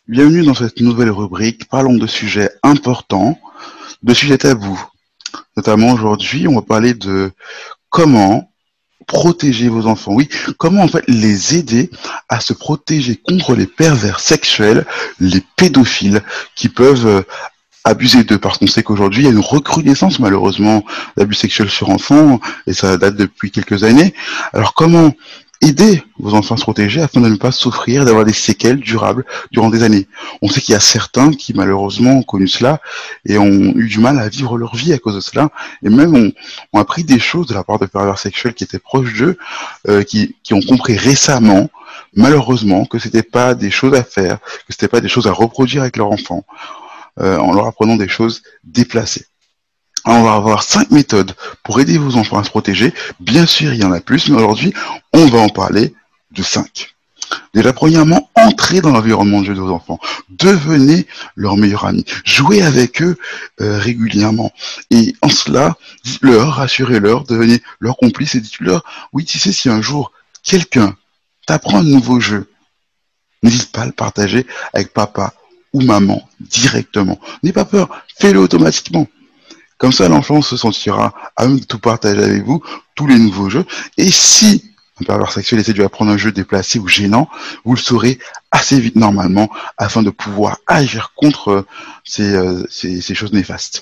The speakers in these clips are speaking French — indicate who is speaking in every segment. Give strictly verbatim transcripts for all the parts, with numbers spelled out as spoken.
Speaker 1: Bienvenue dans cette nouvelle rubrique. Parlons de sujets importants, de sujets tabous. Notamment aujourd'hui, on va parler de comment protéger vos enfants. Oui, comment en fait les aider à se protéger contre les pervers sexuels, les pédophiles qui peuvent euh, abuser d'eux. Parce qu'on sait qu'aujourd'hui, il y a une recrudescence malheureusement d'abus sexuels sur enfants et ça date depuis quelques années. Alors comment aider vos enfants à se protéger afin de ne pas souffrir, d'avoir des séquelles durables durant des années. On sait qu'il y a certains qui malheureusement ont connu cela et ont eu du mal à vivre leur vie à cause de cela, et même ont, ont appris des choses de la part de pervers sexuels qui étaient proches d'eux, euh, qui, qui ont compris récemment, malheureusement, que c'était pas des choses à faire, que c'était pas des choses à reproduire avec leur enfant, euh, en leur apprenant des choses déplacées. On va avoir cinq méthodes pour aider vos enfants à se protéger. Bien sûr, il y en a plus, mais aujourd'hui, on va en parler de cinq. Déjà, premièrement, entrez dans l'environnement de jeu de vos enfants. Devenez leur meilleur ami. Jouez avec eux euh, régulièrement. Et en cela, dites-leur, rassurez-leur, devenez leur complice et dites-leur, oui, tu sais, si un jour, quelqu'un t'apprend un nouveau jeu, n'hésite pas à le partager avec papa ou maman directement. N'aie pas peur, fais-le automatiquement. Comme ça, l'enfant se sentira à même de tout partager avec vous, tous les nouveaux jeux. Et si un pervers sexuel essaie de lui apprendre un jeu déplacé ou gênant, vous le saurez assez vite normalement, afin de pouvoir agir contre ces, euh, ces, ces choses néfastes.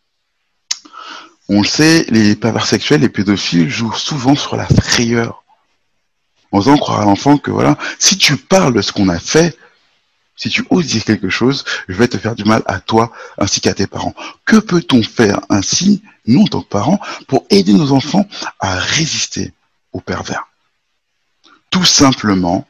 Speaker 1: On le sait, les pervers sexuels, les pédophiles jouent souvent sur la frayeur, en faisant croire à l'enfant que voilà, si tu parles de ce qu'on a fait, si tu oses dire quelque chose, je vais te faire du mal à toi ainsi qu'à tes parents. Que peut-on faire ainsi, nous en tant que parents, pour aider nos enfants à résister aux pervers? Tout simplement,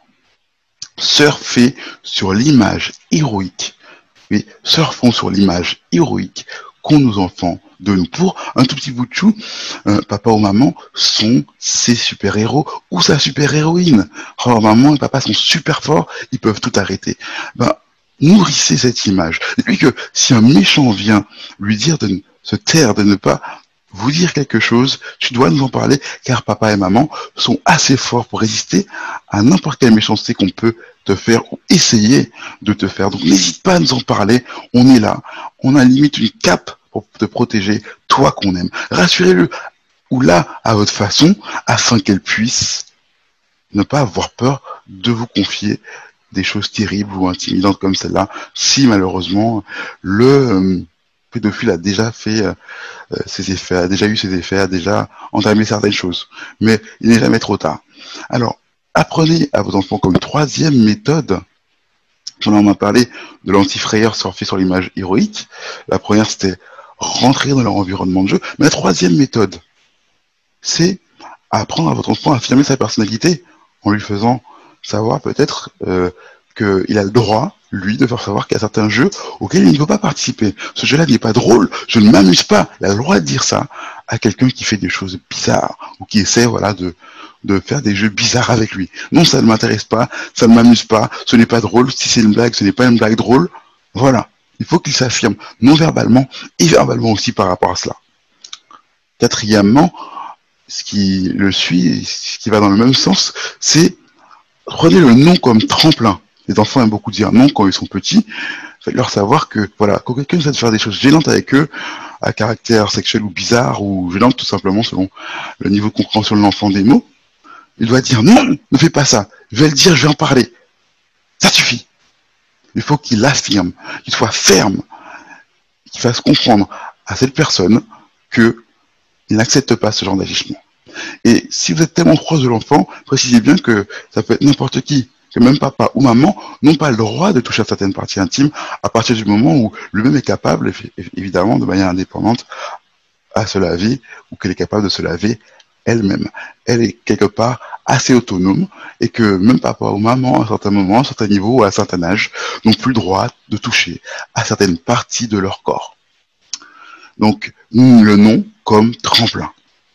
Speaker 1: surfer sur l'image héroïque. Oui, surfons sur l'image héroïque qu'ont nos enfants de nous. Pour un tout petit bout de chou, euh, papa ou maman sont ses super-héros ou sa super-héroïne. Oh, maman et papa sont super forts, ils peuvent tout arrêter. Ben, nourrissez cette image. Et puis que si un méchant vient lui dire de se taire, de ne pas vous dire quelque chose, tu dois nous en parler, car papa et maman sont assez forts pour résister à n'importe quelle méchanceté qu'on peut te faire ou essayer de te faire. Donc n'hésite pas à nous en parler, on est là, on a limite une cape pour te protéger, toi qu'on aime. Rassurez-le, ou là, à votre façon, afin qu'elle puisse ne pas avoir peur de vous confier des choses terribles ou intimidantes comme celle-là, si malheureusement le euh, pédophile a déjà fait euh, ses effets, a déjà eu ses effets, a déjà entamé certaines choses. Mais il n'est jamais trop tard. Alors, apprenez à vos enfants comme troisième méthode. On en a parlé de l'anti-frayeur surfer sur l'image héroïque. La première, c'était rentrer dans leur environnement de jeu. Mais la troisième méthode, c'est apprendre à votre enfant à affirmer sa personnalité en lui faisant savoir peut-être euh, qu'il a le droit, lui, de faire savoir qu'il y a certains jeux auxquels il ne peut pas participer. Ce jeu-là n'est pas drôle, je ne m'amuse pas. Il a le droit de dire ça à quelqu'un qui fait des choses bizarres ou qui essaie voilà, de, de faire des jeux bizarres avec lui. Non, ça ne m'intéresse pas, ça ne m'amuse pas, ce n'est pas drôle. Si c'est une blague, ce n'est pas une blague drôle. Voilà. Il faut qu'il s'affirme non verbalement et verbalement aussi par rapport à cela. Quatrièmement, ce qui le suit, ce qui va dans le même sens, c'est prenez le non comme tremplin. Les enfants aiment beaucoup dire non quand ils sont petits. Faites-leur savoir que voilà, quand quelqu'un essaie de faire des choses gênantes avec eux, à caractère sexuel ou bizarre, ou gênante tout simplement selon le niveau de compréhension de l'enfant des mots, il doit dire non, ne fais pas ça. Je vais le dire, je vais en parler. Ça suffit. Il faut qu'il affirme, qu'il soit ferme, qu'il fasse comprendre à cette personne qu'il n'accepte pas ce genre d'agissement. Et si vous êtes tellement proche de l'enfant, précisez bien que ça peut être n'importe qui, que même papa ou maman n'ont pas le droit de toucher à certaines parties intimes à partir du moment où lui-même est capable, évidemment de manière indépendante, à se laver ou qu'elle est capable de se laver elle-même. Elle est quelque part assez autonome et que même papa ou maman, à un certain moment, à un certain niveau ou à un certain âge, n'ont plus le droit de toucher à certaines parties de leur corps. Donc, le nom comme tremplin.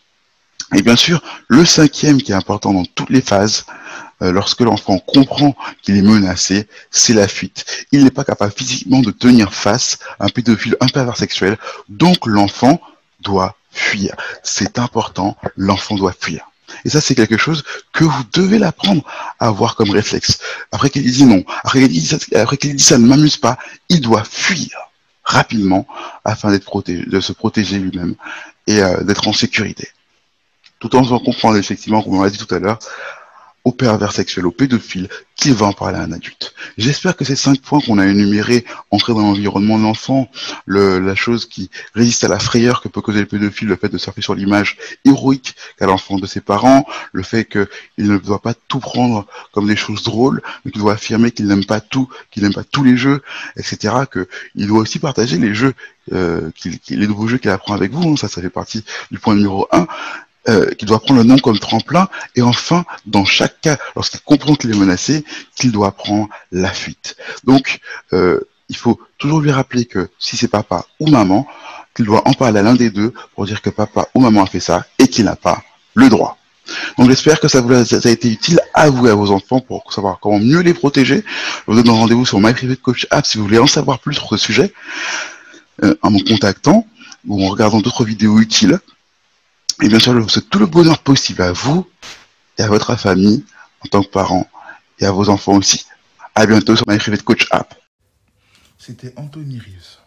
Speaker 1: Et bien sûr, le cinquième qui est important dans toutes les phases, euh, lorsque l'enfant comprend qu'il est menacé, c'est la fuite. Il n'est pas capable physiquement de tenir face à un pédophile, un pervers sexuel, donc l'enfant doit fuir. C'est important, l'enfant doit fuir. Et ça, c'est quelque chose que vous devez l'apprendre à avoir comme réflexe. Après qu'il dit non, après qu'il dit ça, après qu'il dit ça ne m'amuse pas, il doit fuir rapidement afin d'être protégé, de se protéger lui-même et euh, d'être en sécurité. Tout en faisant comprendre effectivement, comme on l'a dit tout à l'heure, au pervers sexuel, au pédophile, qu'il va en parler à un adulte. J'espère que ces cinq points qu'on a énumérés, entrer dans l'environnement de l'enfant, le, la chose qui résiste à la frayeur que peut causer le pédophile, le fait de surfer sur l'image héroïque qu'a l'enfant de ses parents, le fait qu'il ne doit pas tout prendre comme des choses drôles, mais qu'il doit affirmer qu'il n'aime pas tout, qu'il n'aime pas tous les jeux, et cetera, qu'il doit aussi partager les jeux, euh, qu'il, qu'il, les nouveaux jeux qu'il apprend avec vous, hein, ça, ça fait partie du point numéro un, euh, qu'il doit prendre le nom comme tremplin, et enfin, dans chaque cas, lorsqu'il comprend qu'il est menacé, qu'il doit prendre la fuite. Donc, euh, il faut toujours lui rappeler que si c'est papa ou maman, qu'il doit en parler à l'un des deux pour dire que papa ou maman a fait ça et qu'il n'a pas le droit. Donc j'espère que ça vous a, ça a été utile à vous et à vos enfants pour savoir comment mieux les protéger. Je vous donne rendez-vous sur My Private Coach App si vous voulez en savoir plus sur ce sujet, euh, en me contactant ou en regardant d'autres vidéos utiles. Et bien sûr, je vous souhaite tout le bonheur possible à vous et à votre famille en tant que parents et à vos enfants aussi. À bientôt sur My Private Coach App.
Speaker 2: C'était Anthony Rius.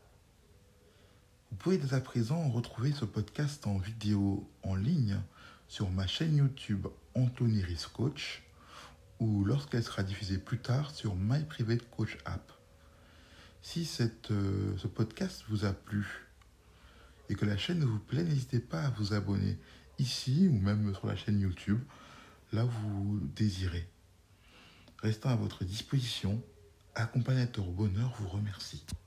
Speaker 2: Vous pouvez dès à présent retrouver ce podcast en vidéo en ligne sur ma chaîne YouTube Anthony Rius Coach ou lorsqu'elle sera diffusée plus tard sur My Private Coach App. Si cette, euh, ce podcast vous a plu et que la chaîne vous plaît, n'hésitez pas à vous abonner ici ou même sur la chaîne YouTube, là où vous désirez. Restant à votre disposition, Accompagnateur Bonheur vous remercie.